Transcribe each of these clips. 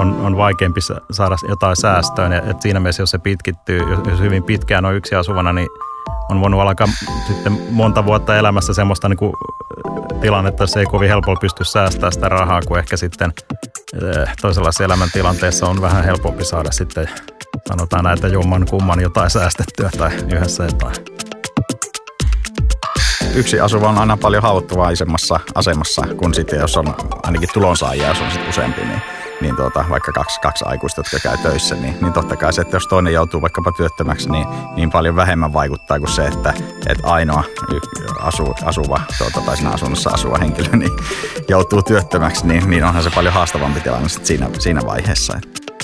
on vaikeampi saada jotain säästöön. Ja siinä mielessä, jos se pitkittyy, jos hyvin pitkään on yksi asuvana, niin on voinut alkaa sitten monta vuotta elämässä semmoista niin kuin tilannetta, että se ei kovin helpolla pysty säästämään sitä rahaa, kun ehkä sitten toisenlaisessa elämäntilanteessa on vähän helpompi saada sitten, sanotaan näitä jomman kumman jotain säästettyä tai yhdessä jotain. Yksi asuva on aina paljon haavoittuvaisemmassa asemassa kuin sitten, jos on ainakin tulonsaajia, jos on sitten useampi, niin vaikka kaksi aikuista, jotka käy töissä, niin totta kai se, että jos toinen joutuu vaikkapa työttömäksi, niin paljon vähemmän vaikuttaa kuin se, että ainoa asuva tai siinä asunnossa asuva henkilö niin joutuu työttömäksi, niin onhan se paljon haastavampi tilanne siinä vaiheessa.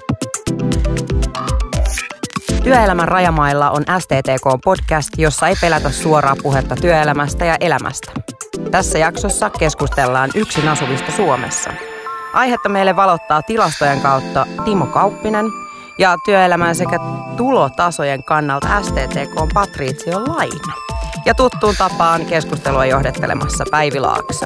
Työelämän rajamailla on STTK-podcast, jossa ei pelätä suoraa puhetta työelämästä ja elämästä. Tässä jaksossa keskustellaan yksin asuvista Suomessa. Aihetta meille valottaa tilastojen kautta Timo Kauppinen ja työelämän sekä tulotasojen kannalta STTK:n Patricio Laine. Ja tuttuun tapaan keskustelua johdettelemassa Päivi Laakso.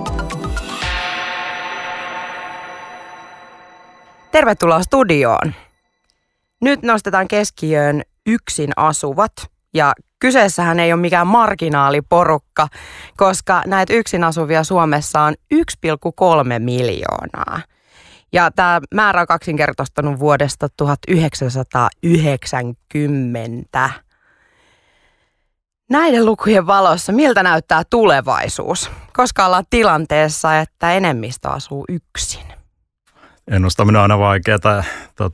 Tervetuloa studioon. Nyt nostetaan keskiöön yksin asuvat ja kyseessähän ei ole mikään marginaaliporukka, koska näitä yksin asuvia Suomessa on 1,3 miljoonaa. Ja tämä määrä on kaksinkertaistunut vuodesta 1990. Näiden lukujen valossa miltä näyttää tulevaisuus, koska ollaan tilanteessa, että enemmistö asuu yksin? Ennustaminen on aina vaikeaa.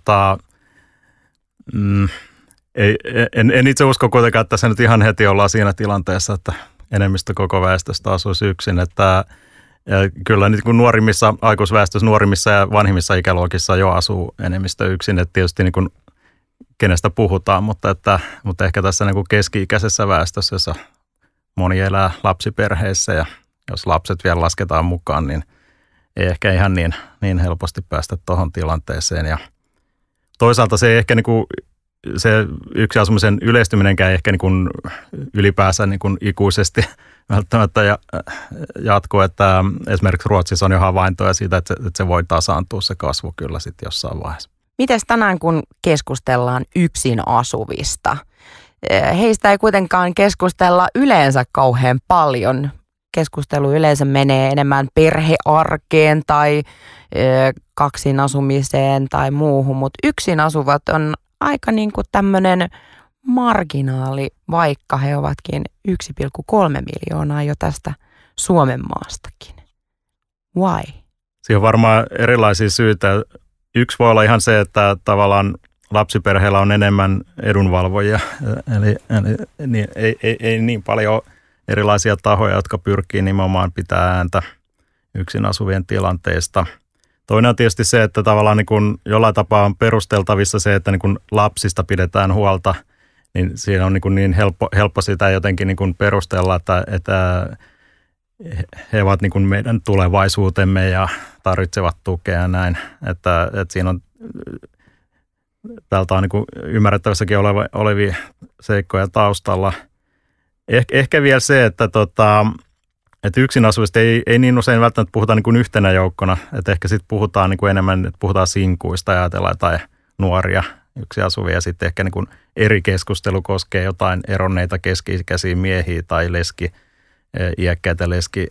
En itse usko kuitenkaan, että tässä nyt ihan heti ollaan siinä tilanteessa, että enemmistö koko väestöstä asuisi yksin. Että kyllä nyt kun nuorimmissa aikuisväestössä, nuorimmissa ja vanhimmissa ikäluokissa jo asuu enemmistö yksin. Että tietysti niin kuin kenestä puhutaan, mutta ehkä tässä niin kuin keski-ikäisessä väestössä, jossa moni elää lapsiperheissä ja jos lapset vielä lasketaan mukaan, niin ei ehkä ihan niin helposti päästä tuohon tilanteeseen. Ja toisaalta se ei ehkä niin kuin se yksi asumisen yleistyminenkään ehkä niin kuin ylipäänsä niin kuin ikuisesti välttämättä jatkuu, että esimerkiksi Ruotsissa on jo havaintoja siitä, että se voi tasaantua se kasvu kyllä sitten jossain vaiheessa. Mites tänään, kun keskustellaan yksin asuvista? Heistä ei kuitenkaan keskustella yleensä kauhean paljon. Keskustelu yleensä menee enemmän perhearkeen tai kaksin asumiseen tai muuhun, mutta yksin asuvat on aika niin kuin tämmöinen marginaali, vaikka he ovatkin 1,3 miljoonaa jo tästä Suomen maastakin. Why? Siihen on varmaan erilaisia syitä. Yksi voi olla ihan se, että tavallaan lapsiperheillä on enemmän edunvalvojia, eli ei niin paljon erilaisia tahoja, jotka pyrkii nimenomaan pitää ääntä yksin asuvien tilanteesta. Toinen on tietysti se, että tavallaan niin kuin jollain tapaa on perusteltavissa se, että niin kuin lapsista pidetään huolta, niin siinä on niin helppo sitä jotenkin niin kuin perustella, että he ovat niin kuin meidän tulevaisuutemme ja tarvitsevat tukea ja näin. Että siinä on tältä on niin kuin ymmärrettävissäkin olevia seikkoja taustalla. Ehkä vielä se, että yksin asuvista ei niin usein välttämättä puhuta niin kuin yhtenä joukkona. Että ehkä sitten puhutaan niin kuin enemmän, että puhutaan sinkuista ja ajatellaan jotain nuoria yksin asuvia. Ja sitten ehkä niin kuin eri keskustelu koskee jotain eronneita keski-ikäisiä miehiä tai iäkkäitä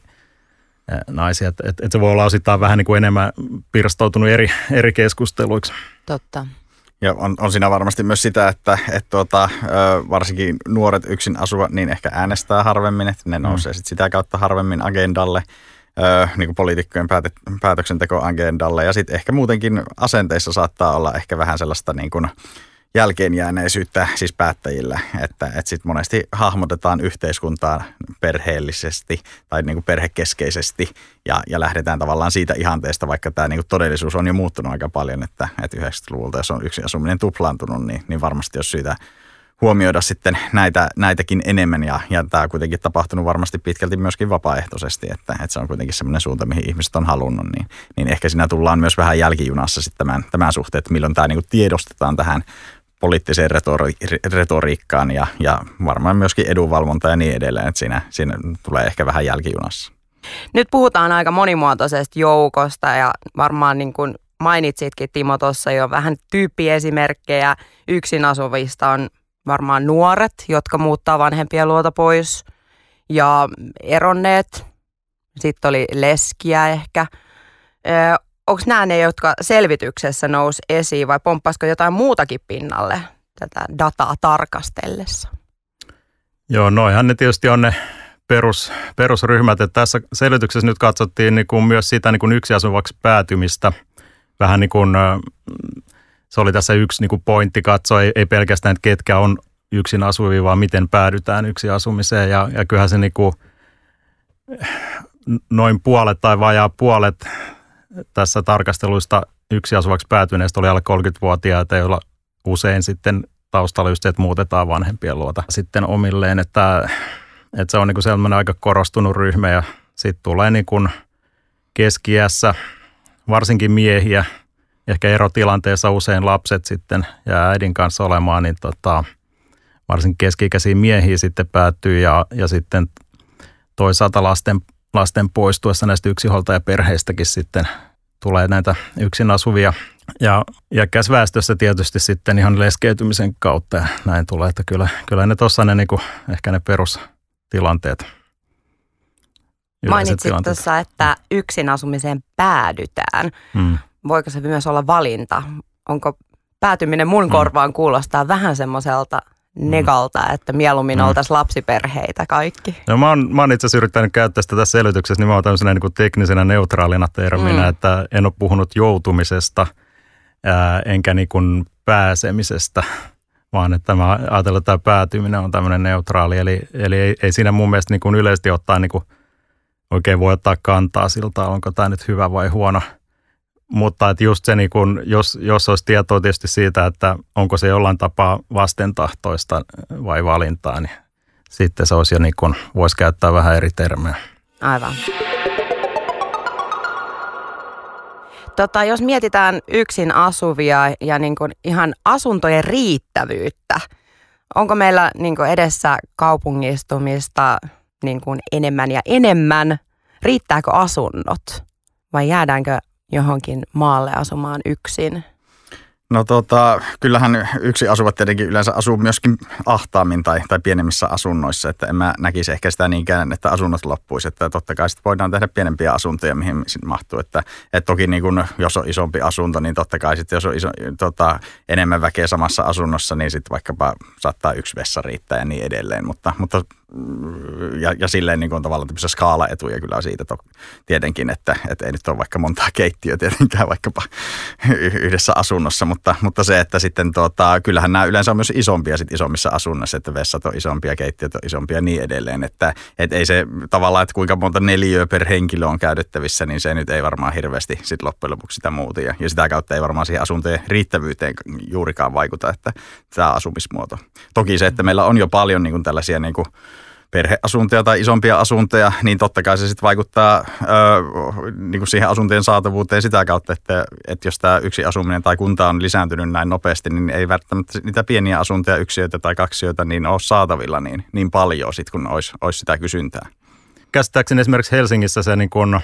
naisia. Että se voi olla osittain vähän niin kuin enemmän pirstoutunut eri keskusteluiksi. Totta. Ja on siinä varmasti myös sitä, että varsinkin nuoret yksin asuvat, niin ehkä äänestää harvemmin, että ne nousee sitten sitä kautta harvemmin agendalle, niin kuin poliitikkojen päätöksentekoagendalle. Ja sitten ehkä muutenkin asenteissa saattaa olla ehkä vähän sellaista niin kuin jälkeenjääneisyyttä siis päättäjillä, että sitten monesti hahmotetaan yhteiskuntaa perheellisesti tai niin kuin perhekeskeisesti ja lähdetään tavallaan siitä ihanteesta, vaikka tämä niin kuin todellisuus on jo muuttunut aika paljon, että 90-luvulta, jos on yksin asuminen tuplaantunut, niin varmasti olisi syytä huomioida sitten näitäkin enemmän ja tämä on kuitenkin tapahtunut varmasti pitkälti myöskin vapaaehtoisesti, että se on kuitenkin semmoinen suunta, mihin ihmiset on halunnut, niin ehkä siinä tullaan myös vähän jälkijunassa sitten tämän suhteen, että milloin tämä niin kuin tiedostetaan tähän poliittiseen retoriikkaan ja varmaan myöskin edunvalvonta ja niin edelleen, että siinä tulee ehkä vähän jälkijunassa. Nyt puhutaan aika monimuotoisesta joukosta ja varmaan niin kuin mainitsitkin Timo tuossa jo vähän tyyppiesimerkkejä. Yksin asuvista on varmaan nuoret, jotka muuttaa vanhempien luota pois ja eronneet. Sitten oli leskiä ehkä. Onko nämä ne, jotka selvityksessä nousi esiin vai pomppaisiko jotain muutakin pinnalle tätä dataa tarkastellessa? Joo, noihan ne tietysti on ne perusryhmät. Että tässä selvityksessä nyt katsottiin niin kuin myös sitä niin kuin yksiasuvaksi päätymistä. Vähän niin kuin se oli tässä yksi niin kuin pointti katsoa, ei pelkästään, että ketkä on yksin asuvia, vaan miten päädytään yksin asumiseen. Ja kyllähän se niin kuin noin puolet tai vajaa puolet tässä tarkasteluista yksin asuvaksi päätyneistä oli alle 30-vuotiaita, joilla usein sitten taustalla just, että muutetaan vanhempien luota sitten omilleen, että se on niin kuin sellainen aika korostunut ryhmä ja sitten tulee niin kuin keski-iässä varsinkin miehiä, ehkä erotilanteessa usein lapset sitten jää äidin kanssa olemaan, niin varsinkin keski-ikäisiä miehiä sitten päättyy ja sitten toisaalta lasten poistuessa näistä yksinhuoltajaperheistäkin sitten tulee näitä yksin asuvia. Ja iäkkäässä väestössä tietysti sitten ihan leskeytymisen kautta ja näin tulee, että kyllä ne tuossa ne niinku, ehkä ne perustilanteet. Mainitsit tuossa, että yksin asumiseen päädytään. Voiko se myös olla valinta? Onko päätyminen mun korvaan kuulostaa vähän semmoiselta negalta, että mieluummin oltaisiin lapsiperheitä kaikki? No, mä oon itse asiassa yrittänyt käyttää sitä tässä selityksessä nimenomaan tämmöisenä niin kuin teknisenä neutraalina terminä, että en ole puhunut joutumisesta enkä niin kuin pääsemisestä, vaan että mä ajatellaan, että tämä päätyminen on tämmöinen neutraali. Eli ei siinä mun mielestä niin kuin yleisesti ottaen niin kuin oikein voi ottaa kantaa siltä, onko tämä nyt hyvä vai huono. Mutta että just se, niin kun, jos olisi tietoa tietysti siitä, että onko se jollain tapaa vastentahtoista vai valintaa, niin sitten se olisi jo niin kun, voisi käyttää vähän eri termejä. Aivan. Jos mietitään yksin asuvia ja niin kun ihan asuntojen riittävyyttä, onko meillä niin kun edessä kaupungistumista niin kun enemmän ja enemmän? Riittääkö asunnot vai jäädäänkö johonkin maalle asumaan yksin? No kyllähän yksin asuvat tietenkin yleensä asuu myöskin ahtaammin tai pienemmissä asunnoissa, että en mä näkisi ehkä sitä niinkään, että asunnot loppuisi, että totta kai sitten voidaan tehdä pienempiä asuntoja, mihin mahtuu, että toki niin kun, jos on isompi asunto, niin totta kai sitten jos on enemmän väkeä samassa asunnossa, niin sitten vaikkapa saattaa yksi vessa riittää ja niin edelleen, mutta ja silleen niin kuin on tavallaan tämmöisiä skaalaetuja kyllä siitä tietenkin, että ei nyt ole vaikka montaa keittiöä tietenkään vaikkapa yhdessä asunnossa, mutta se, että sitten kyllähän nämä yleensä on myös isompia sit isommissa asunnoissa, että vessat on isompia, keittiöt on isompia ja niin edelleen, että ei se tavallaan, että kuinka monta neliöä per henkilö on käytettävissä, niin se nyt ei varmaan hirveästi sit loppujen lopuksi sitä muuta ja sitä kautta ei varmaan siihen asuntojen riittävyyteen juurikaan vaikuta, että tämä asumismuoto. Toki se, että meillä on jo paljon niin kuin tällaisia niin kuin perheasuntoja tai isompia asuntoja, niin totta kai se sitten vaikuttaa niin kuin siihen asuntojen saatavuuteen sitä kautta, että jos tämä yksi asuminen tai kunta on lisääntynyt näin nopeasti, niin ei välttämättä niitä pieniä asuntoja, yksiöitä tai kaksiöitä, niin ole saatavilla niin paljon sitten, kun olisi sitä kysyntää. Käsittääkseni esimerkiksi Helsingissä se niin kuin,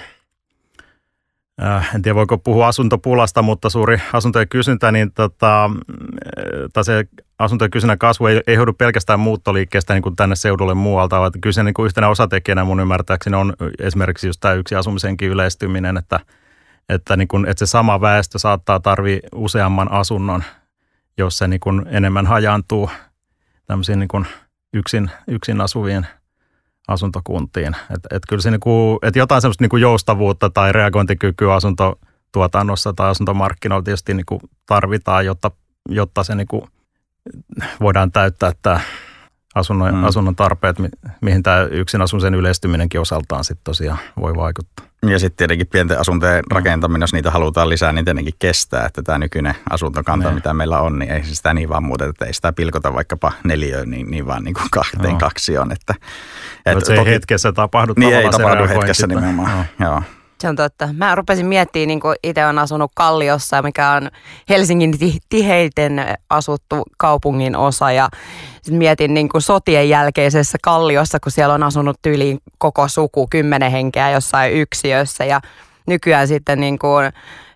en tiedä voiko puhua asuntopulasta, mutta suuri asuntojen kysyntä, niin se asuntojen kysynnän kasvu ei johdu pelkästään muuttoliikkeestä niin kuin tänne seudulle muualta, vaan kyllä se niin kuin yhtenä osatekijänä mun ymmärtääkseni on esimerkiksi just tämä yksi asumisenkin yleistyminen, että se sama väestö saattaa tarvitse useamman asunnon, jos se niin kuin enemmän hajaantuu tämmöisiin niin kuin yksin asuvien asuntokuntiin. Että kyllä se niinku, että jotain semmoista niinku joustavuutta tai reagointikykyä asuntotuotannossa tai asuntomarkkinoilla tietysti niinku tarvitaan, jotta se niinku voidaan täyttää tämä asunnon tarpeet, mihin tämä yksin asumisen yleistyminenkin osaltaan sitten tosiaan voi vaikuttaa. Ja sitten tietenkin pienten asuntojen rakentaminen, jos niitä halutaan lisää, niin tietenkin kestää, että tämä nykyinen asuntokanta, mitä meillä on, niin ei sitä niin vaan muuteta, että ei sitä pilkota vaikkapa neliöön niin vaan niin kuin kahteen kaksioon. Että se ei hetkessä tapahdu. Niin ei tapahdu hetkessä nimenomaan, joo. Se on totta. Mä rupesin miettimään, niin kuin itse olen asunut Kalliossa, mikä on Helsingin tiheiten asuttu kaupungin osa. Ja sitten mietin niin kuin sotien jälkeisessä Kalliossa, kun siellä on asunut tyyliin koko suku, 10 henkeä jossain yksiössä. Ja nykyään sitten niin kuin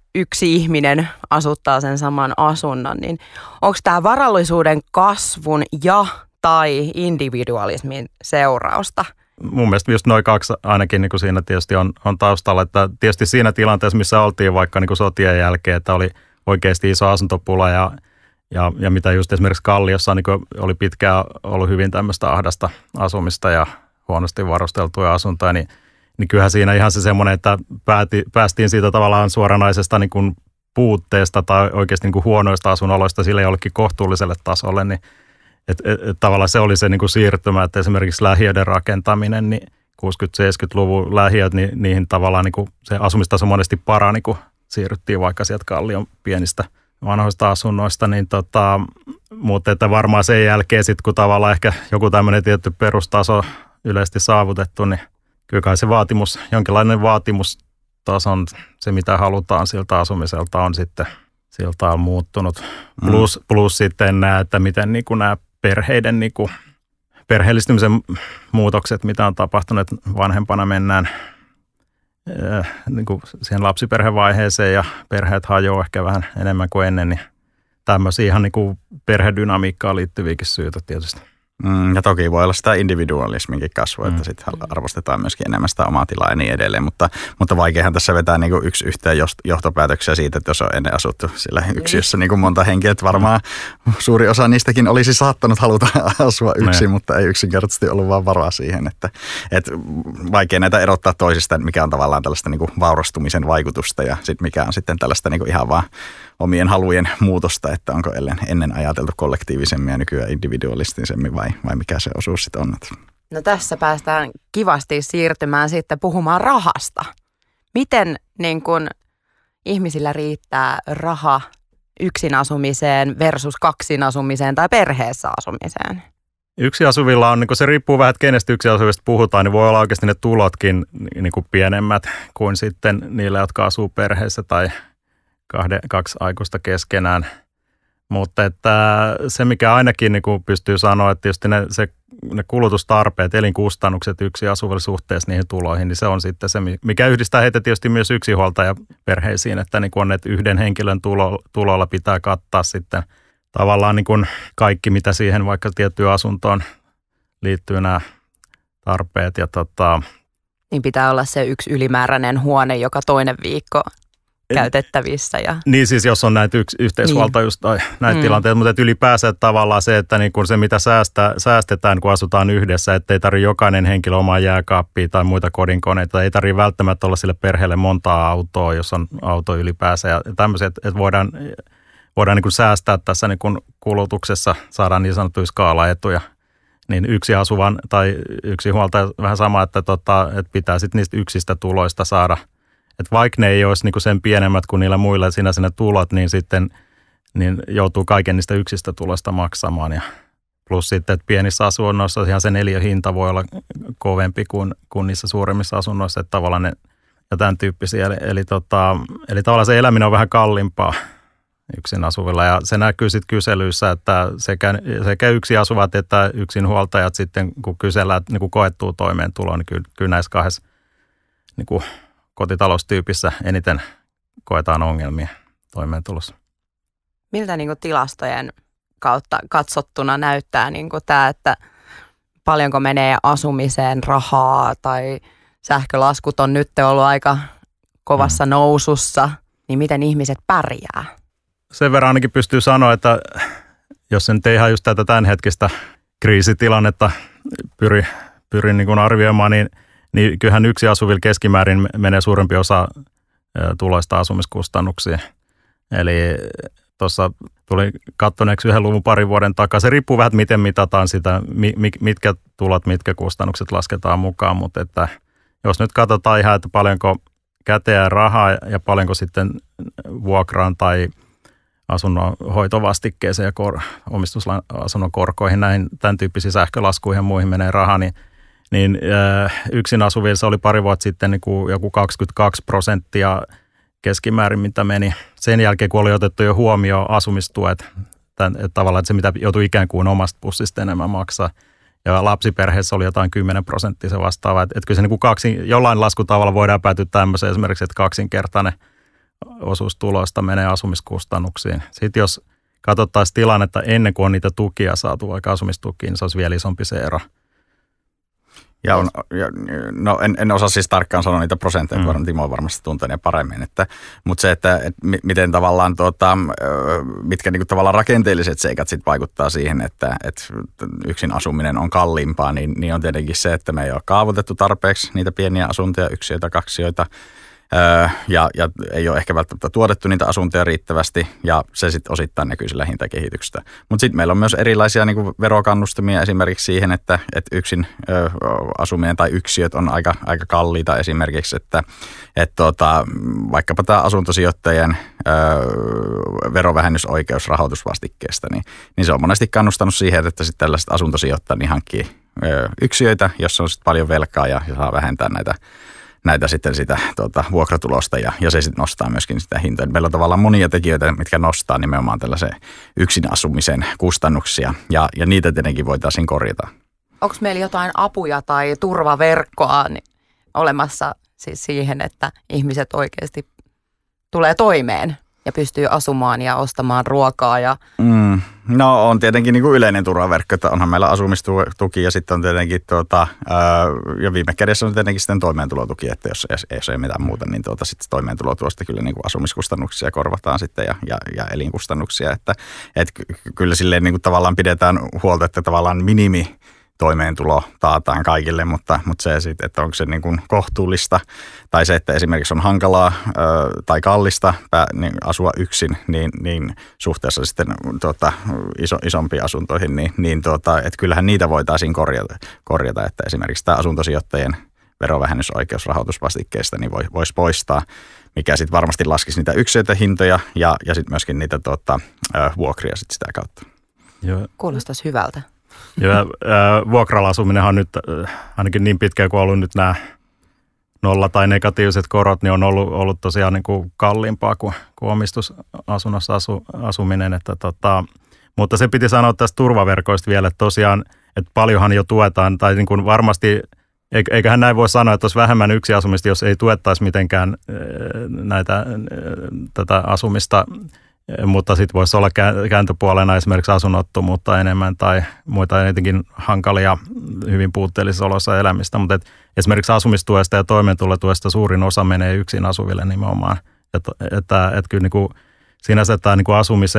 yksi ihminen asuttaa sen saman asunnon, niin onko tämä varallisuuden kasvun tai individualismin seurausta? Mun mielestä just noin kaksi ainakin niin kuin siinä tietysti on taustalla, että tietysti siinä tilanteessa, missä oltiin vaikka niin kuin sotien jälkeen, että oli oikeasti iso asuntopula ja mitä just esimerkiksi Kalliossa niin kuin oli pitkään ollut hyvin tämmöistä ahdasta asumista ja huonosti varusteltuja asuntoja, niin kyllähän siinä ihan se semmoinen, että päästiin siitä tavallaan suoranaisesta niin kuin puutteesta tai oikeasti niin kuin huonoista asunoloista sille jollekin kohtuulliselle tasolle, niin tavallaan se oli se niin kuin siirtymä, että esimerkiksi lähiöiden rakentaminen, niin 60-70-luvun lähiöt, niin niihin tavallaan niin kuin se asumistaso monesti parani, kun siirryttiin vaikka sieltä Kallion pienistä vanhoista asunnoista, niin mutta että varmaan sen jälkeen sitten, kun tavallaan ehkä joku tämmöinen tietty perustaso yleisesti saavutettu, niin kyllä kai se jonkinlainen vaatimustason, se mitä halutaan siltä asumiselta on sitten siltä on muuttunut. Plus sitten nämä, että miten niin kuin nämä perheiden niin kuin perheellistymisen muutokset, mitä on tapahtunut, että vanhempana mennään niin kuin siihen lapsiperhevaiheeseen ja perheet hajoaa ehkä vähän enemmän kuin ennen, niin tämmöisiä ihan niin kuin perhedynamiikkaan liittyviäkin syitä tietysti. Ja toki voi olla sitä individualisminkin kasvua, että sitten arvostetaan myöskin enemmän sitä omaa tilaa ja niin edelleen, mutta vaikeahan tässä vetää niin kuin yksi yhteen johtopäätöksiä siitä, että jos on ennen asuttu sillä yksiössä niin kuin monta henkeä, että varmaan suuri osa niistäkin olisi saattanut haluta asua yksin, mutta ei yksinkertaisesti ollut vaan varaa siihen, että vaikea näitä erottaa toisistaan, mikä on tavallaan tällaista niin kuin vaurastumisen vaikutusta ja sitten mikä on sitten tällaista niin kuin ihan vaan omien halujen muutosta, että onko ennen ajateltu kollektiivisemmin ja nykyään individualistisemmin vai mikä se osuus sitten on. No tässä päästään kivasti siirtymään sitten puhumaan rahasta. Miten niin kun ihmisillä riittää raha yksin asumiseen versus kaksin asumiseen tai perheessä asumiseen? Yksi asuvilla on, niin se riippuu vähän, että kenestä yksi asuvista puhutaan, niin voi olla oikeasti ne tulotkin niin kuin pienemmät kuin sitten niillä, jotka asuu perheessä tai kaksi aikuista keskenään. Mutta että se, mikä ainakin niin kuin pystyy sanoa, että tietysti ne kulutustarpeet, elinkustannukset yksi asuville suhteessa niihin tuloihin, niin se on sitten se, mikä yhdistää heitä tietysti myös yksinhuoltajaperheisiin, että niin kuin on, että yhden henkilön tulolla pitää kattaa sitten tavallaan niin kuin kaikki, mitä siihen vaikka tiettyyn asuntoon liittyy nämä tarpeet. Ja niin pitää olla se yksi ylimääräinen huone joka toinen viikko käytettävissä. Niin siis jos on näitä yhteisvaltajuus tai näitä tilanteita, mutta ylipäänsä tavallaan se, että niin kun se mitä säästetään, kun asutaan yhdessä, että ei tarvitse jokainen henkilö omaa jääkaappia tai muita kodinkoneita, ei tarvitse välttämättä olla sille perheelle montaa autoa, jos on auto ylipäänsä ja tämmöisiä, että voidaan niin kuin säästää tässä niin kuin kulutuksessa, saadaan niin sanottuja skaalaetuja. Niin yksi asuvan tai yksi huoltaja vähän sama, että pitää sitten niistä yksistä tuloista saada. Että vaikka ne ei olisi niinku sen pienemmät kuin niillä muilla sinä tulot, niin sitten niin joutuu kaiken niistä yksistä tuloista maksamaan. Ja plus sitten, että pienissä asunnoissa ihan se neliöhinta voi olla kovempi kuin niissä suuremmissa asunnoissa, että tavallaan ne ja tämän tyyppisiä. Eli tavallaan se eläminen on vähän kalliimpaa yksin asuvilla ja se näkyy sitten kyselyissä, että sekä yksin asuvat että yksinhuoltajat sitten, kun kysellään niin kuin koettuu toimeentuloa, niin kyllä näissä kahdessa niin kuin kotitaloustyypissä eniten koetaan ongelmia toimeentulossa. Miltä niin kuin tilastojen kautta katsottuna näyttää niin kuin tämä, että paljonko menee asumiseen rahaa tai sähkölaskut on nyt ollut aika kovassa nousussa, niin miten ihmiset pärjää? Sen verran ainakin pystyy sanoa, että jos sen ei ihan just tätä tämänhetkistä kriisitilannetta pyrin niin kuin arvioimaan, niin kyllähän yksi asuvilla keskimäärin menee suurempi osa tuloista asumiskustannuksiin. Eli tuossa tuli kattoneeksi yhden luvun parin vuoden takaa. Se riippuu vähän, että miten mitataan sitä, mitkä tulot, mitkä kustannukset lasketaan mukaan. Mutta että jos nyt katsotaan ihan, että paljonko käteä rahaa ja paljonko sitten vuokraan tai asunnon hoitovastikkeeseen ja omistusasunnon korkoihin, näihin tämän tyyppisiin sähkölaskuihin ja muihin menee rahaa, niin yksin asuvilla se oli pari vuotta sitten niin kuin joku 22% keskimäärin, mitä meni. Sen jälkeen, kun oli otettu jo huomioon asumistuet, tavallaan että se, mitä joutui ikään kuin omasta pussista enemmän maksaa. Ja lapsiperheessä oli jotain 10% se vastaava. Että kyllä se niin kuin jollain laskutavalla voidaan päätyä tämmöiseen esimerkiksi, että kaksinkertainen osuus tuloista menee asumiskustannuksiin. Sitten jos katsottaisiin tilannetta ennen kuin on niitä tukia saatu, vaikka asumistukiin, niin se olisi vielä isompi se ero. En osaa siis tarkkaan sanoa niitä prosentteja, kun Timo varmasti tuntee ne paremmin. Mutta se, että miten tavallaan, mitkä niinku tavallaan rakenteelliset seikat sit vaikuttaa siihen, että yksin asuminen on kalliimpaa, niin on tietenkin se, että me ei ole kaavoitettu tarpeeksi niitä pieniä asuntoja, yksiöitä, kaksioita. Ja ei ole ehkä välttämättä tuotettu niitä asuntoja riittävästi, ja se sitten osittain näkyy sillä hintakehityksestä. Mutta sitten meillä on myös erilaisia niinku verokannustimia esimerkiksi siihen, että yksin asuminen tai yksiöt on aika kalliita esimerkiksi, että vaikkapa tämä asuntosijoittajien verovähennysoikeus rahoitusvastikkeesta, niin se on monesti kannustanut siihen, että sitten tällaiset asuntosijoittajat niin hankkii yksiöitä, jossa on sitten paljon velkaa ja saa vähentää näitä sitten sitä vuokratulosta ja se sitten nostaa myöskin sitä hintaa. Meillä on tavallaan monia tekijöitä, mitkä nostaa nimenomaan tällaisen yksin asumisen kustannuksia ja niitä tietenkin voitaisiin korjata. Onko meillä jotain apuja tai turvaverkkoa olemassa siis siihen, että ihmiset oikeasti tulee toimeen ja pystyy asumaan ja ostamaan ruokaa? No on tietenkin niin kuin yleinen turvaverkko, että onhan meillä asumistuki ja sitten on tietenkin ja viime kädessä on tietenkin sitten toimeentulotuki, että jos ei mitään muuta, niin sitten toimeentulotuosta kyllä niin kuin asumiskustannuksia korvataan sitten ja elinkustannuksia, että kyllä silleen niin kuin tavallaan pidetään huolta, että tavallaan minimi toimeentulo taataan kaikille, mutta se sitten, että onko se niin kuin kohtuullista tai se, että esimerkiksi on hankalaa tai kallista asua yksin, niin suhteessa sitten isompiin asuntoihin, että kyllähän niitä voitaisiin korjata, että esimerkiksi tämä asuntosijoittajien verovähennysoikeus rahoitusvastikkeesta niin voisi poistaa, mikä sitten varmasti laskisi niitä yksiöitä hintoja ja sitten myöskin niitä vuokria sitten sitä kautta. Joo. Kuulostaisi hyvältä. Ja vuokralla asuminenhan on nyt ainakin niin pitkään kuin on ollut nyt nämä nolla- tai negatiiviset korot, niin on ollut tosiaan niin kuin kalliimpaa kuin omistusasunnossa asuminen. Mutta se piti sanoa tästä turvaverkoista vielä, että tosiaan, että paljonhan jo tuetaan, tai niin kuin varmasti, eiköhän näin voi sanoa, että olisi vähemmän yksin asumista, jos ei tuettaisi mitenkään tätä asumista. Mutta sitten voisi olla kääntöpuolena esimerkiksi asunnottomuutta enemmän tai muita jotenkin hankalia, hyvin puutteellisissa oloissa elämistä. Mutta esimerkiksi asumistuesta ja toimeentulotuesta suurin osa menee yksin asuville nimenomaan. Että kyllä niin kuin sinänsä tämä niin kuin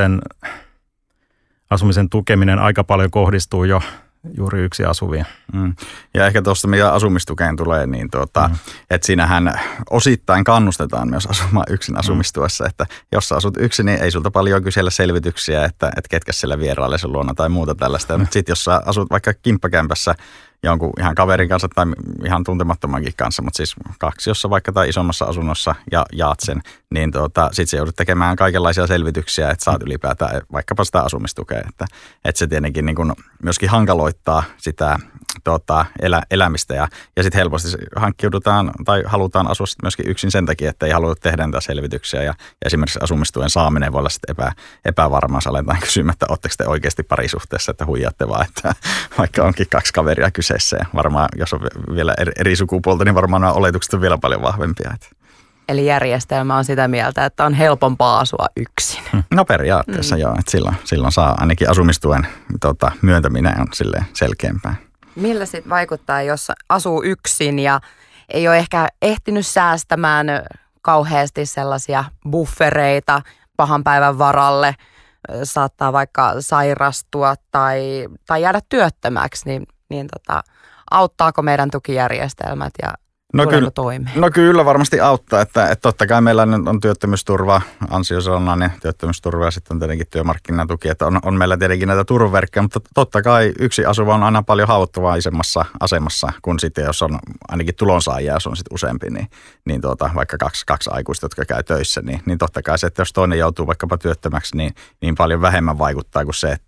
asumisen tukeminen aika paljon kohdistuu jo juuri yksin asuviin. Ja ehkä tuosta, mikä asumistukeen tulee, niin että siinähän osittain kannustetaan myös asumaan yksin asumistuessa, että jos sä asut yksin, niin ei sulta paljon kysellä selvityksiä, että ketkä siellä vieraille sen luona tai muuta tällaista. Mutta sitten jos sä asut vaikka kimppakämpässä jonkun ihan kaverin kanssa tai ihan tuntemattomankin kanssa, mutta siis kaksiossa vaikka tai isommassa asunnossa ja jaat sen, niin sitten sä joudut tekemään kaikenlaisia selvityksiä, että saat ylipäätään vaikkapa sitä asumistukea, että se tietenkin niin kun myöskin hankaloittaa sitä elämistä ja sitten helposti hankkiudutaan tai halutaan asua sitten myöskin yksin sen takia, että ei haluta tehdä niitä selvityksiä ja esimerkiksi asumistuen saaminen voi olla sitten epävarmaa, aletaan kysymään, että ootteko te oikeasti parisuhteessa, että huijaatte vaan, että vaikka onkin 2 kaveria kyseessä ja varmaan jos on vielä eri sukupuolta, niin varmaan nämä oletukset on vielä paljon vahvempia. Eli järjestelmä on sitä mieltä, että on helpompaa asua yksin. No periaatteessa joo, että silloin saa ainakin asumistuen myöntäminen on silleen selkeämpää. Millä sitten vaikuttaa, jos asuu yksin ja ei ole ehkä ehtinyt säästämään kauheasti sellaisia buffereita pahan päivän varalle, saattaa vaikka sairastua tai jäädä työttömäksi, niin auttaako meidän tukijärjestelmät ja tuleeko toimeen? No kyllä varmasti auttaa, että totta kai meillä on työttömyysturva, ansiosidonnainen työttömyysturva ja sitten on tietenkin työmarkkinatuki, että on meillä tietenkin näitä turvaverkkoja, mutta totta kai yksi asuva on aina paljon haavoittuvaisemmassa asemassa kuin sitten, jos on ainakin tulonsaajia, jos on sitten useampi, niin vaikka kaksi aikuista, jotka käy töissä, niin totta kai se, että jos toinen joutuu vaikkapa työttömäksi, niin paljon vähemmän vaikuttaa kuin se, että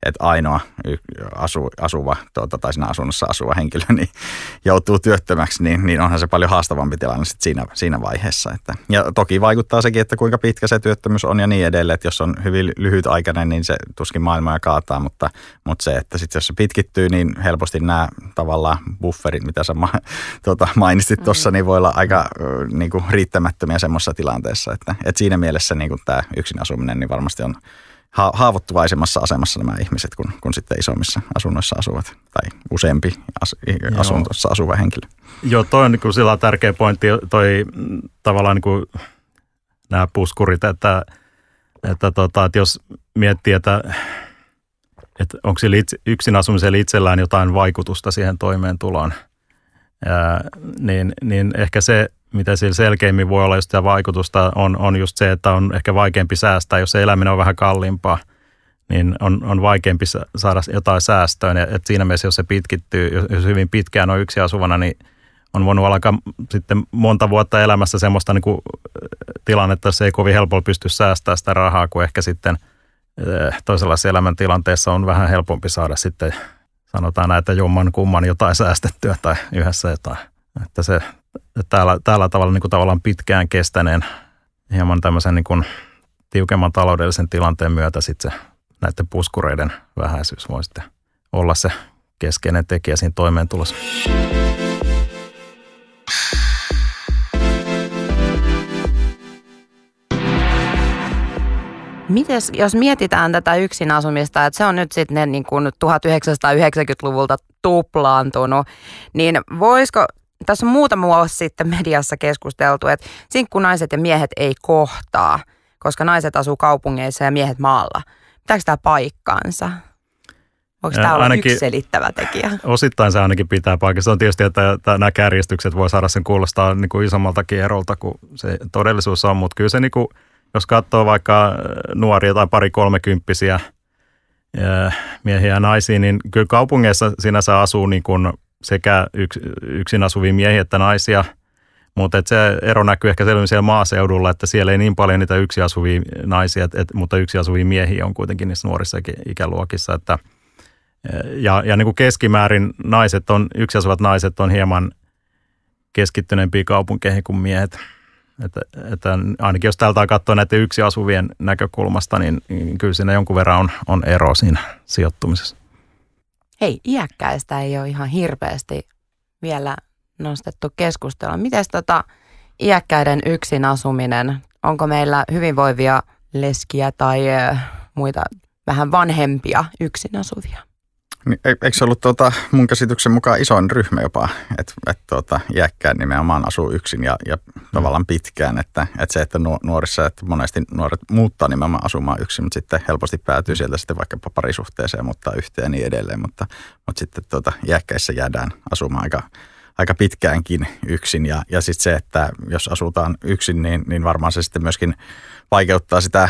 ainoa asuva tai siinä asunnossa asuva henkilö niin joutuu työttömäksi, niin onhan se paljon haastavampi tilanne sit siinä vaiheessa. Ja toki vaikuttaa sekin, että kuinka pitkä se työttömyys on ja niin edelleen, että jos on hyvin lyhytaikainen, niin se tuskin maailmaa kaataa, mutta se, että sitten jos se pitkittyy, niin helposti nämä tavallaan bufferit, mitä sä mainitsit tuossa, niin voi olla aika niin kuin riittämättömiä semmoisessa tilanteessa, että siinä mielessä niin kuin tämä yksin asuminen niin varmasti on haavoittuvaisemmassa asemassa nämä ihmiset kun sitten isommissa asunnoissa asuvat tai useampi asunnossa asuva henkilö. Joo, toi on niin kuin sillä tärkeä pointti, toi tavallaan niin kuin nämä puskurit, että jos miettii, että onko sillä yksin asumisella itsellään jotain vaikutusta siihen toimeentuloon, niin ehkä se, mitä sillä selkeimmin voi olla just sitä vaikutusta, on just se, että on ehkä vaikeampi säästää. Jos se eläminen on vähän kalliimpaa, niin on vaikeampi saada jotain säästöön. Ja siinä mielessä, jos se pitkittyy, jos hyvin pitkään on yksin asuvana, niin on voinut alkaa sitten monta vuotta elämässä semmoista niin kuin tilannetta, että se ei kovin helpolla pysty säästämään sitä rahaa, kun ehkä sitten toisenlaisessa elämäntilanteessa on vähän helpompi saada sitten, sanotaan näin, että jomman kumman jotain säästettyä tai yhdessä jotain. Että se tällä tavalla niin kuin tavallaan pitkään kestäneen hieman tämmöisen niin kuin tiukemman taloudellisen tilanteen myötä sitten se näiden puskureiden vähäisyys voi sitten olla se keskeinen tekijä siinä toimeentulossa. Mites, jos mietitään tätä yksin asumista, että se on nyt sitten niin kuin 1990-luvulta tuplaantunut, niin voisiko, tässä on muutama vuosi sitten mediassa keskusteltu, että sinkkunaiset ja miehet ei kohtaa, koska naiset asuu kaupungeissa ja miehet maalla. Pitääkö tämä paikkaansa? Onko tämä olla yksi selittävä tekijä? Osittain se ainakin pitää paikassa. On tietysti, että nämä kärjistykset voi saada sen kuulostaa niin kuin isommaltakin erolta kuin se todellisuus on, mutta kyllä se niin kuin, jos katsoo vaikka nuoria tai pari-kolmekymppisiä miehiä ja naisia, niin kyllä kaupungeissa sinänsä asuu niin kuin sekä yksin asuvia miehiä että naisia, mutta se ero näkyy ehkä selvemmin siellä maaseudulla, että siellä ei niin paljon niitä yksin asuvia naisia, mutta yksin asuvia miehiä on kuitenkin niissä nuorissa ikäluokissa. Ja niin kuin keskimäärin yksin asuvat naiset on hieman keskittyneempiä kaupunkeihin kuin miehet. Että ainakin jos täältä katsoo näiden yksin asuvien näkökulmasta, niin kyllä siinä jonkun verran on ero siinä sijoittumisessa. Hei, iäkkäistä ei ole ihan hirveästi vielä nostettu keskustelua. Mites iäkkäiden yksin asuminen, onko meillä hyvinvoivia leskiä tai muita vähän vanhempia yksin asuvia? Eikö se ollut mun käsityksen mukaan isoin ryhmä jopa, että iäkkäät nimenomaan asuu yksin ja tavallaan pitkään, että se, että nuorissa, että monesti nuoret muuttaa nimenomaan asumaan yksin, mutta sitten helposti päätyy sieltä sitten vaikkapa parisuhteeseen, mutta yhteen ja niin edelleen, mutta sitten iäkkäissä jäädään asumaan aika pitkäänkin yksin ja sitten se, että jos asutaan yksin, niin varmaan se sitten myöskin vaikeuttaa sitä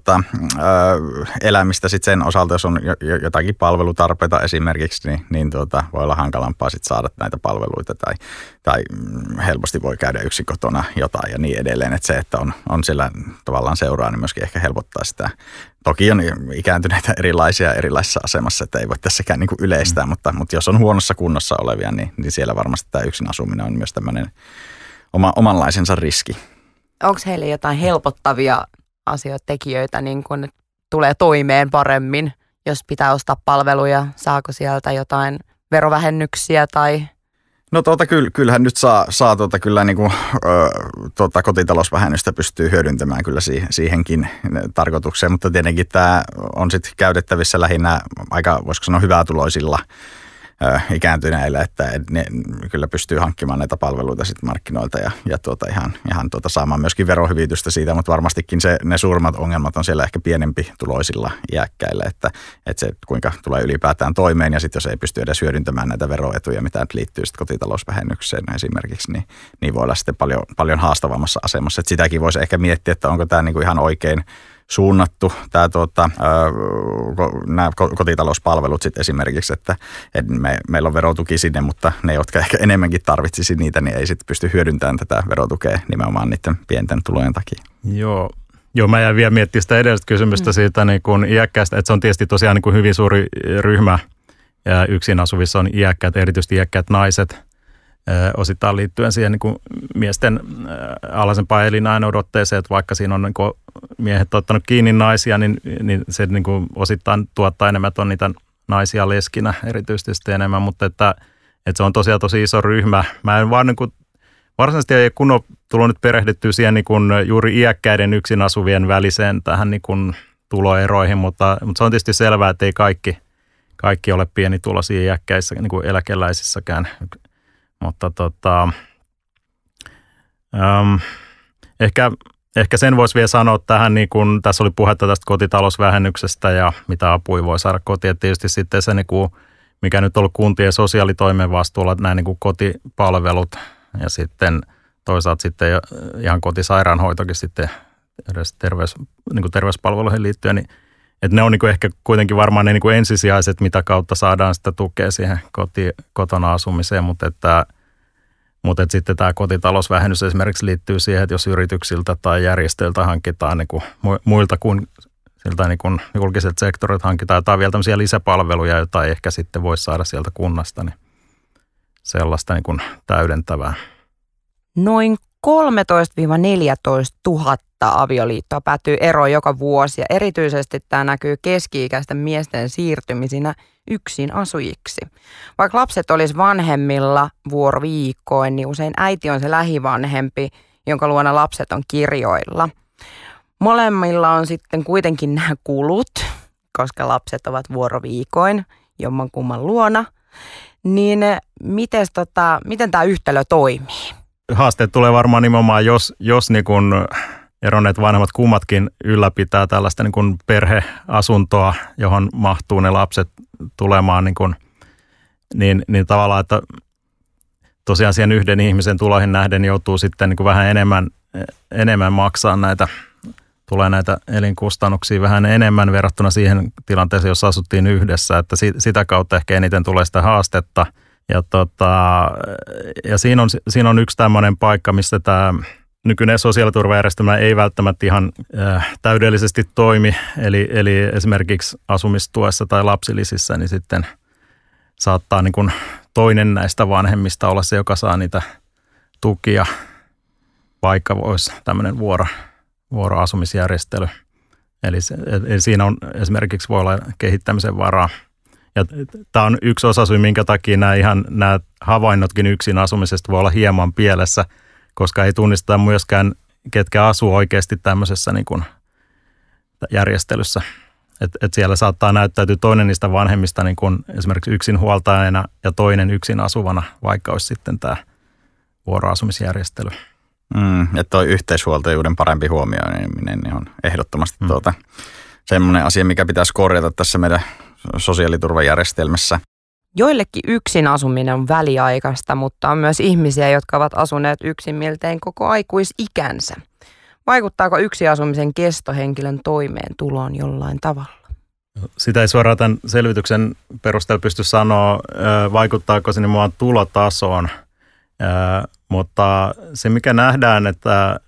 elämistä sitten sen osalta, jos on jotakin palvelutarpeita esimerkiksi, niin voi olla hankalampaa sitten saada näitä palveluita tai helposti voi käydä yksin kotona jotain ja niin edelleen. Että se, että on siellä tavallaan seuraa, niin myöskin ehkä helpottaa sitä. Toki on ikääntyneitä erilaisissa asemassa, että ei voi tässäkään niin kuin yleistää, mutta jos on huonossa kunnossa olevia, niin siellä varmasti tämä yksin asuminen on myös tämmöinen omanlaisensa riski. Onko heille jotain helpottavia asioita, tekijöitä, niin kun tulee toimeen paremmin, jos pitää ostaa palveluja? Saako sieltä jotain verovähennyksiä tai? No kyllähän nyt saa kyllä niin kuin, kotitalousvähennystä pystyy hyödyntämään kyllä siihenkin tarkoitukseen, mutta tietenkin tämä on sitten käytettävissä lähinnä aika, voisiko sanoa, hyvätuloisilla ikääntyneille, että ne kyllä pystyy hankkimaan näitä palveluita sitten markkinoilta ja ihan saamaan myöskin verohyvitystä siitä, mutta varmastikin ne suurimmat ongelmat on siellä ehkä pienempi tuloisilla iäkkäillä, että se kuinka tulee ylipäätään toimeen ja sitten jos ei pysty edes hyödyntämään näitä veroetuja, mitä liittyy sitten kotitalousvähennykseen esimerkiksi, niin voi olla sitten paljon haastavammassa asemassa, että sitäkin voisi ehkä miettiä, että onko tämä niinku ihan oikein suunnattu nämä kotitalouspalvelut sitten esimerkiksi, että meillä on verotuki sinne, mutta ne, jotka ehkä enemmänkin tarvitsisi niitä, niin ei sitten pysty hyödyntämään tätä verotukea nimenomaan niiden pienten tulojen takia. Joo, Joo, mä jäin vielä miettimään sitä edellistä kysymystä siitä niin kuin iäkkäistä, että se on tietysti tosiaan niin kuin hyvin suuri ryhmä ja yksin asuvissa on iäkkäät, erityisesti iäkkäät naiset, osittain liittyen siihen niin kuin miesten alhaisempaan elinajanodotteeseen, että vaikka siinä on niin kuin miehet ottanut kiinni naisia, niin se niin kuin osittain tuottaa enemmän, että on niitä naisia leskinä erityisesti enemmän, mutta että se on tosiaan tosi iso ryhmä. Mä en vaan niin kuin varsinaisesti ei kun ole tullut nyt perehdyttyä siihen niin kuin juuri iäkkäiden yksin asuvien väliseen tähän niin kuin tuloeroihin, mutta se on tietysti selvää, että ei kaikki ole pienituloisia iäkkäissä niin kuin eläkeläisissäkään. Mutta ehkä sen voisi vielä sanoa tähän, niin kun tässä oli puhetta tästä kotitalousvähennyksestä ja mitä apuja voi saada kotiin. Että tietysti sitten se, niin kuin, mikä nyt on ollut kuntien sosiaalitoimen vastuulla, nämä niin kuin kotipalvelut ja sitten toisaalta sitten ihan kotisairaanhoitokin sitten edes niin kuin terveyspalveluihin liittyen, niin että ne on niin kuin ehkä kuitenkin varmaan ne niin kuin ensisijaiset, mitä kautta saadaan sitä tukea siihen kotona asumiseen, mutta että sitten tämä kotitalousvähennys esimerkiksi liittyy siihen, että jos yrityksiltä tai järjestöiltä hankitaan niin kuin muilta kuin siltä niin kuin julkiselta sektorilta hankitaan jotain vielä tämmöisiä lisäpalveluja, joita ei ehkä sitten voi saada sieltä kunnasta, niin sellaista niin kuin täydentävää. Noin 13-14 000 avioliittoa päätyy eroon joka vuosi ja erityisesti tämä näkyy keski-ikäisten miesten siirtymisinä yksin asujiksi. Vaikka lapset olisi vanhemmilla vuoroviikkoin, niin usein äiti on se lähivanhempi, jonka luona lapset on kirjoilla. Molemmilla on sitten kuitenkin nämä kulut, koska lapset ovat vuoroviikoin jommankumman luona. Niin miten tämä yhtälö toimii? Haasteet tulee varmaan nimenomaan, jos niin kun eronneet vanhemmat kummatkin ylläpitää tällaista niin kun perheasuntoa, johon mahtuu ne lapset tulemaan, niin tavallaan, että tosiaan siihen yhden ihmisen tuloihin nähden joutuu sitten niin kun vähän enemmän maksaa tulee näitä elinkustannuksia vähän enemmän verrattuna siihen tilanteeseen, jossa asuttiin yhdessä, että sitä kautta ehkä eniten tulee sitä haastetta. Ja siinä on yksi tämmöinen paikka, missä tämä nykyinen sosiaaliturvajärjestelmä ei välttämättä ihan täydellisesti toimi. Eli esimerkiksi asumistuessa tai lapsilisissä, niin sitten saattaa niin kuin toinen näistä vanhemmista olla se, joka saa niitä tukia, vaikka voisi tämmöinen vuoroasumisjärjestely. Eli siinä on esimerkiksi voi olla kehittämisen varaa. Ja tämä on yksi osasyy, minkä takia nämä havainnotkin yksin asumisesta voi olla hieman pielessä, koska ei tunnisteta myöskään, ketkä asuu oikeasti tämmöisessä niin kuin järjestelyssä. Et siellä saattaa näyttäytyä toinen niistä vanhemmista niin kuin esimerkiksi yksinhuoltajana ja toinen yksin asuvana, vaikka olisi sitten tämä vuoroasumisjärjestely. Että tuo yhteishuoltajuuden parempi huomioiminen niin on ehdottomasti semmoinen asia, mikä pitäisi korjata tässä meidän sosiaaliturvajärjestelmässä. Joillekin yksin asuminen on väliaikaista, mutta on myös ihmisiä, jotka ovat asuneet yksin miltein koko aikuisikänsä. Vaikuttaako yksin asumisen kesto henkilön toimeentuloon jollain tavalla? Sitä ei suoraan tämän selvityksen perusteella pysty sanoa, vaikuttaako se nimenomaan tulotasoon. Mutta se, mikä nähdään, että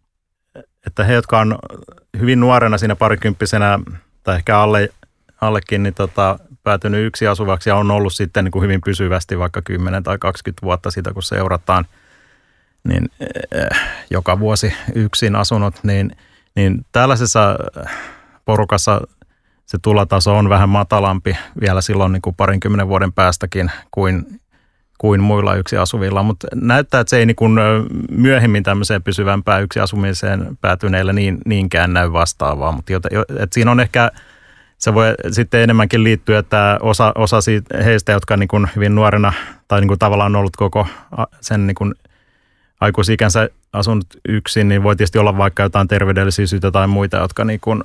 he, jotka on hyvin nuorena siinä parikymppisenä tai ehkä allekin, niin päätynyt yksin asuvaksi ja on ollut sitten niin kuin hyvin pysyvästi vaikka 10 tai 20 vuotta siitä, kun seurataan, niin joka vuosi yksin asunut, niin tällaisessa porukassa se tulotaso on vähän matalampi vielä silloin niin kuin 20 vuoden päästäkin kuin muilla yksin asuvilla, mutta näyttää, että se ei niin kuin myöhemmin tämmöiseen pysyvämpään yksin asumiseen päätyneille niinkään näy vastaavaa, mutta että siinä on ehkä, se voi sitten enemmänkin liittyä, että osa heistä, jotka niin kuin hyvin nuorena tai niin kuin tavallaan ollut koko sen niin kuin aikuisikänsä asunut yksin, niin voi tietysti olla vaikka jotain terveydellisiä syitä tai muita, jotka niin kuin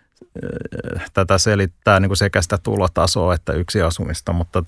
tätä selittää niin kuin sekä sitä tulotasoa että yksin asumista, mutta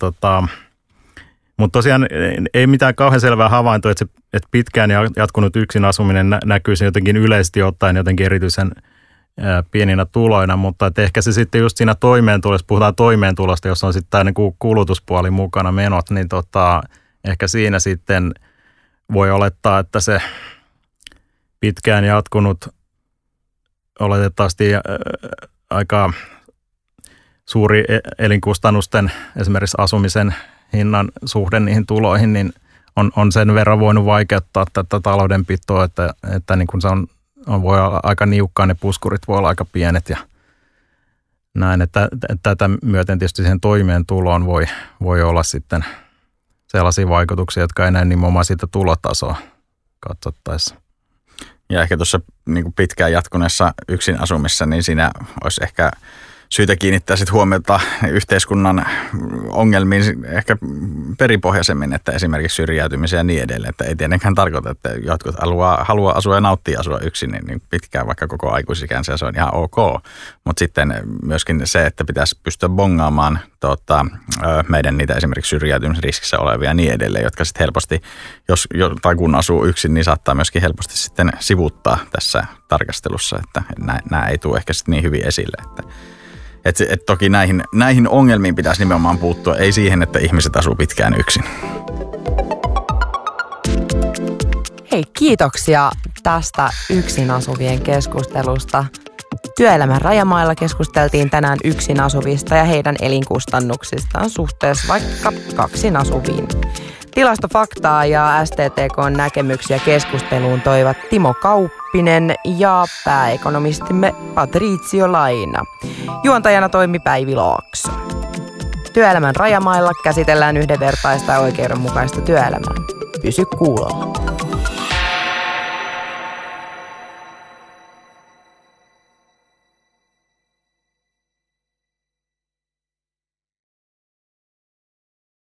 tosiaan ei mitään kauhean selvää havaintoa, että pitkään jatkunut yksin asuminen näkyy jotenkin yleisesti ottaen jotenkin erityisen pieninä tuloina, mutta että ehkä se sitten just siinä toimeentulossa, puhutaan toimeentulosta, jossa on sitten tämä niin kulutuspuoli mukana menot, niin ehkä siinä sitten voi olettaa, että se pitkään jatkunut oletettavasti aika suuri elinkustannusten, esimerkiksi asumisen hinnan suhde niihin tuloihin, niin on sen verran voinut vaikeuttaa tätä taloudenpitoa, että niin kun se voi olla aika niukkaa, ne puskurit voi olla aika pienet ja näin, että tätä myöten tietysti siihen toimeentuloon voi olla sitten sellaisia vaikutuksia, jotka ei näe nimenomaan siitä tulotasoa katsottaessa. Ja ehkä tuossa niin pitkään jatkuneessa yksin asumissa, niin siinä olisi ehkä syytä kiinnittää sit huomiota yhteiskunnan ongelmiin ehkä peripohjaisemmin, että esimerkiksi syrjäytymiseen ja niin edelleen. Että ei tietenkään tarkoita, että jotkut haluaa asua ja nauttia asua yksin niin pitkään vaikka koko aikuisikänsä ja se on ihan ok. Mutta sitten myöskin se, että pitäisi pystyä bongaamaan meidän niitä esimerkiksi syrjäytymisriskissä olevia ja niin edelleen, jotka sitten helposti, tai kun asuu yksin, niin saattaa myöskin helposti sitten sivuuttaa tässä tarkastelussa, että nämä ei tule ehkä sitten niin hyvin esille, että toki näihin ongelmiin pitäisi nimenomaan puuttua, ei siihen, että ihmiset asuu pitkään yksin. Hei, kiitoksia tästä yksin asuvien keskustelusta. Työelämän rajamailla keskusteltiin tänään yksin asuvista ja heidän elinkustannuksistaan suhteessa vaikka kaksin asuviin. Tilastofaktaa ja STTK:n näkemyksiä keskusteluun toivat Timo Kauppinen ja pääekonomistimme Patrizio Laina. Juontajana toimi Päivi Laakso. Työelämän rajamailla käsitellään yhdenvertaista ja oikeudenmukaista työelämää. Pysy kuulolla.